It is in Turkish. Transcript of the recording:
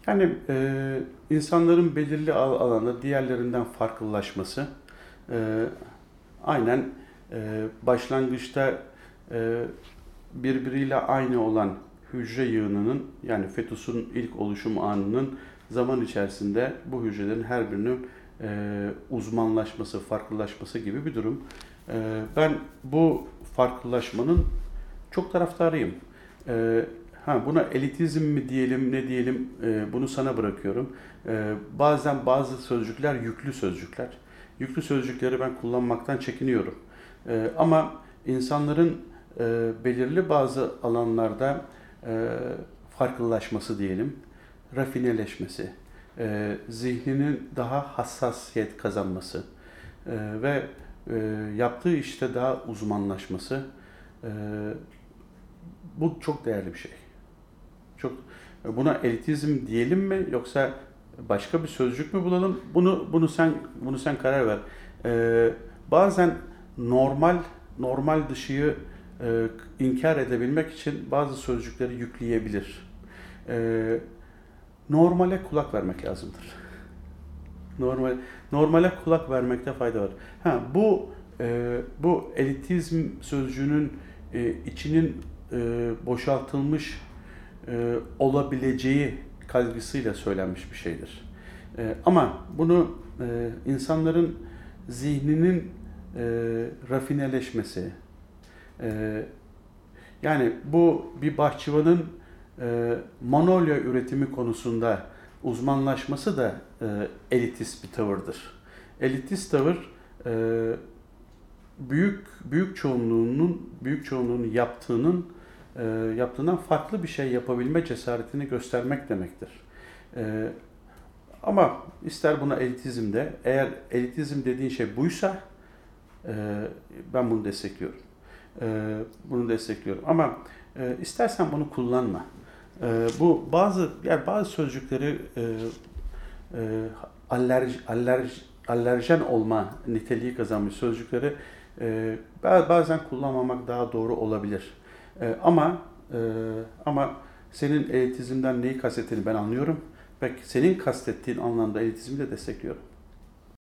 Yani insanların belirli alanda diğerlerinden farklılaşması, e, aynen başlangıçta e, birbiriyle aynı olan hücre yığınının yani fetüsün ilk oluşum anının zaman içerisinde bu hücrelerin her birinin uzmanlaşması, farklılaşması gibi bir durum. Ben bu farklılaşmanın çok taraftarıyım. E, buna elitizm mi diyelim, ne diyelim, bunu sana bırakıyorum. Bazen bazı sözcükler yüklü sözcükler. Yüklü sözcükleri ben kullanmaktan çekiniyorum. Ama insanların belirli bazı alanlarda farklılaşması diyelim, rafineleşmesi, zihninin daha hassasiyet kazanması ve yaptığı işte daha uzmanlaşması, e, bu çok değerli bir şey. Çok buna elitizm diyelim mi yoksa başka bir sözcük mü bulalım? Bunu sen karar ver. Bazen normal dışıyı inkar edebilmek için bazı sözcükleri yükleyebilir. Normale kulak vermek lazımdır. Normal normale kulak vermekte fayda var. Bu elitizm sözcüğünün içinin boşaltılmış olabileceği kaygısıyla söylenmiş bir şeydir. Ama bunu insanların zihninin rafineleşmesi, yani bu bir bahçıvanın manolya üretimi konusunda uzmanlaşması da elitist bir tavırdır. Elitist tavır e, büyük çoğunluğunun yaptığından farklı bir şey yapabilme cesaretini göstermek demektir. E, Ama ister buna elitizm de, eğer elitizm dediğin şey buysa e, ben bunu destekliyorum. Bunu destekliyorum. Ama istersen bunu kullanma. Bu bazı sözcükleri alerjen olma niteliği kazanmış sözcükleri bazen kullanmamak daha doğru olabilir. Ama senin elitizmden neyi kastettiğini ben anlıyorum ve senin kastettiğin anlamda elitizmi de destekliyorum.